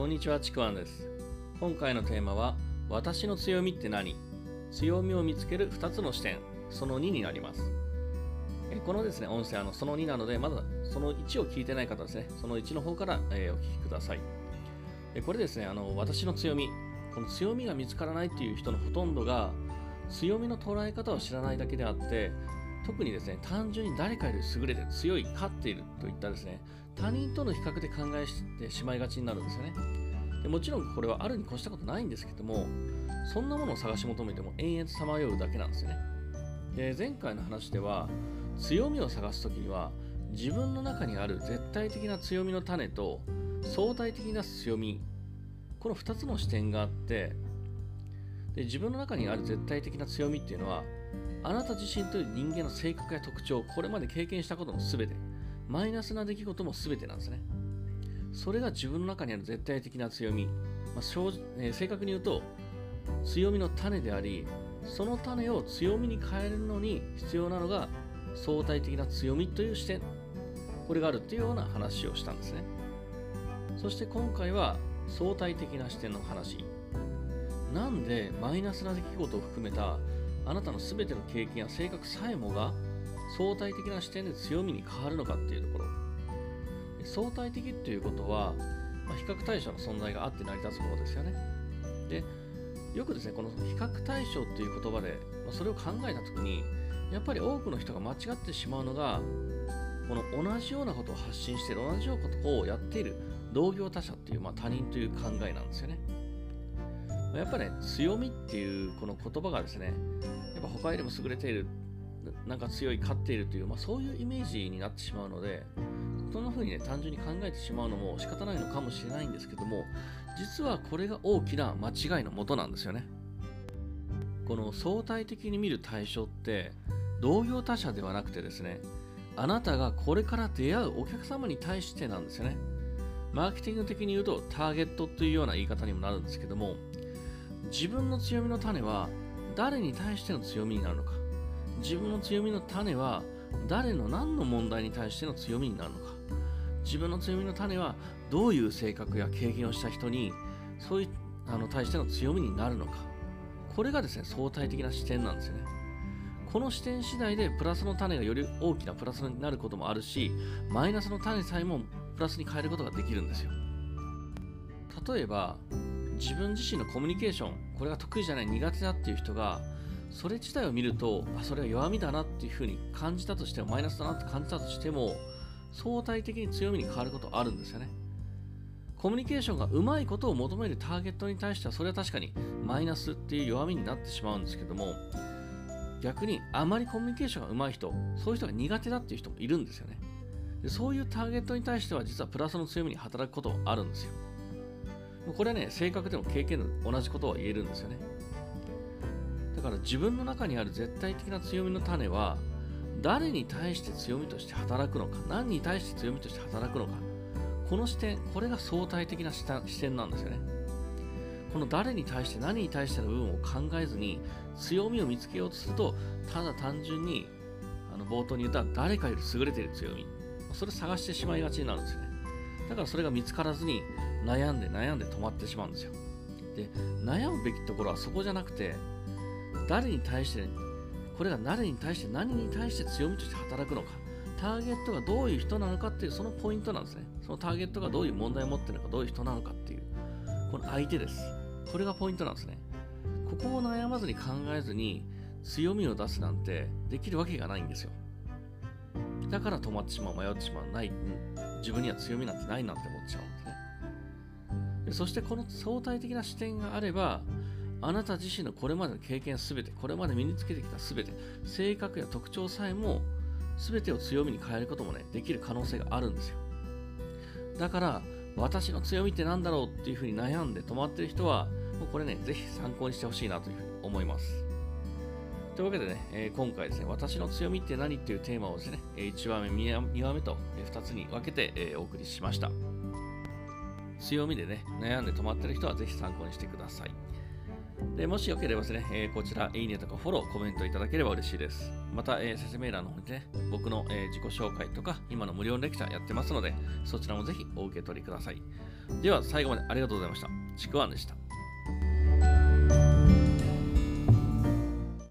んにちは、ちくわんです。今回のテーマは、私の強みって何？強みを見つける2つの視点、その2になります。このですね、音声その2なので、まだその1を聞いてない方ですね、その1の方から、お聞きください。これですね、私の強み、この強みが見つからないっていう人のほとんどが、強みの捉え方を知らないだけであって、特にですね、単純に誰かより優れて強い、勝っているといったですね、他人との比較で考えてしまいがちになるんですよね。でもちろんこれはあるに越したことないんですけども、そんなものを探し求めても延々とさまようだけなんですよね。で、前回の話では、強みを探すときには、自分の中にある絶対的な強みの種と相対的な強み、この2つの視点があって、で自分の中にある絶対的な強みっていうのは、あなた自身という人間の性格や特徴、これまで経験したことの全て、マイナスな出来事も全てなんですね。それが自分の中にある絶対的な強み、正確に言うと強みの種であり、その種を強みに変えるのに必要なのが相対的な強みという視点、これがあるっていうような話をしたんですね。そして今回は相対的な視点の話。なんでマイナスな出来事を含めたあなたの全ての経験や性格さえもが相対的な視点で強みに変わるのかっていうところ。相対的っていうことは、比較対象の存在があって成り立つものですよね。で、よくですね、この比較対象っていう言葉で、それを考えたときに、やっぱり多くの人が間違ってしまうのが、この同じようなことを発信している、同じようなことをやっている同業他社っていう、他人という考えなんですよね。やっぱね、強みっていうこの言葉がですね、やっぱ他よりも優れている、なんか強い、勝っているという、そういうイメージになってしまうので、そんな風にね、単純に考えてしまうのも仕方ないのかもしれないんですけども、実はこれが大きな間違いのもとなんですよね。この相対的に見る対象って、同業他社ではなくてですね、あなたがこれから出会うお客様に対してなんですよね。マーケティング的に言うとターゲットというような言い方にもなるんですけども、自分の強みの種は誰に対しての強みになるのか、自分の強みの種は誰の何の問題に対しての強みになるのか、自分の強みの種はどういう性格や経験をした人にそういう対しての強みになるのか、これがですね、相対的な視点なんですよね。この視点次第でプラスの種がより大きなプラスになることもあるし、マイナスの種さえもプラスに変えることができるんですよ。例えば自分自身のコミュニケーション、これが得意じゃない、苦手だっていう人がそれ自体を見ると、それは弱みだなっていう風に感じたとしても、マイナスだなって感じたとしても、相対的に強みに変わることあるんですよね。コミュニケーションがうまいことを求めるターゲットに対しては、それは確かにマイナスっていう弱みになってしまうんですけども、逆にあまりコミュニケーションがうまい人、そういう人が苦手だっていう人もいるんですよね。で、そういうターゲットに対しては実はプラスの強みに働くこともあるんですよ。これはね、性格でも経験でも同じことは言えるんですよね。だから自分の中にある絶対的な強みの種は、誰に対して強みとして働くのか、何に対して強みとして働くのか、この視点、これが相対的な視点なんですよね。この誰に対して何に対しての部分を考えずに強みを見つけようとすると、ただ単純に冒頭に言った誰かより優れている強み、それを探してしまいがちになるんですよね。だからそれが見つからずに悩んで止まってしまうんですよ。で、悩むべきところはそこじゃなくて、誰に対して、これが誰に対して何に対して強みとして働くのか、ターゲットがどういう人なのかっていう、そのポイントなんですね。そのターゲットがどういう問題を持っているのか、どういう人なのかっていう、この相手です。これがポイントなんですね。ここを悩まずに考えずに強みを出すなんてできるわけがないんですよ。だから止まってしまう、迷ってしまう、自分には強みなんてないなんて思っちゃうんですね。で、そしてこの相対的な視点があれば、あなた自身のこれまでの経験すべて、これまで身につけてきたすべて、性格や特徴さえも全てを強みに変えることもね、できる可能性があるんですよ。だから私の強みって何だろうっていうふうに悩んで止まっている人は、もうこれね、ぜひ参考にしてほしいなというふうに思います。というわけでね、今回ですね、私の強みって何っていうテーマをですね、1話目、2話目と2つに分けてお送りしました。強みでね、悩んで止まっている人はぜひ参考にしてください。 でもしよければですね、こちら、いいねとかフォロー、コメントいただければ嬉しいです。また、説明欄の方にね、僕の、自己紹介とか、今の無料レクチャーやってますので、そちらもぜひお受け取りください。では、最後までありがとうございました。ちくわんでした。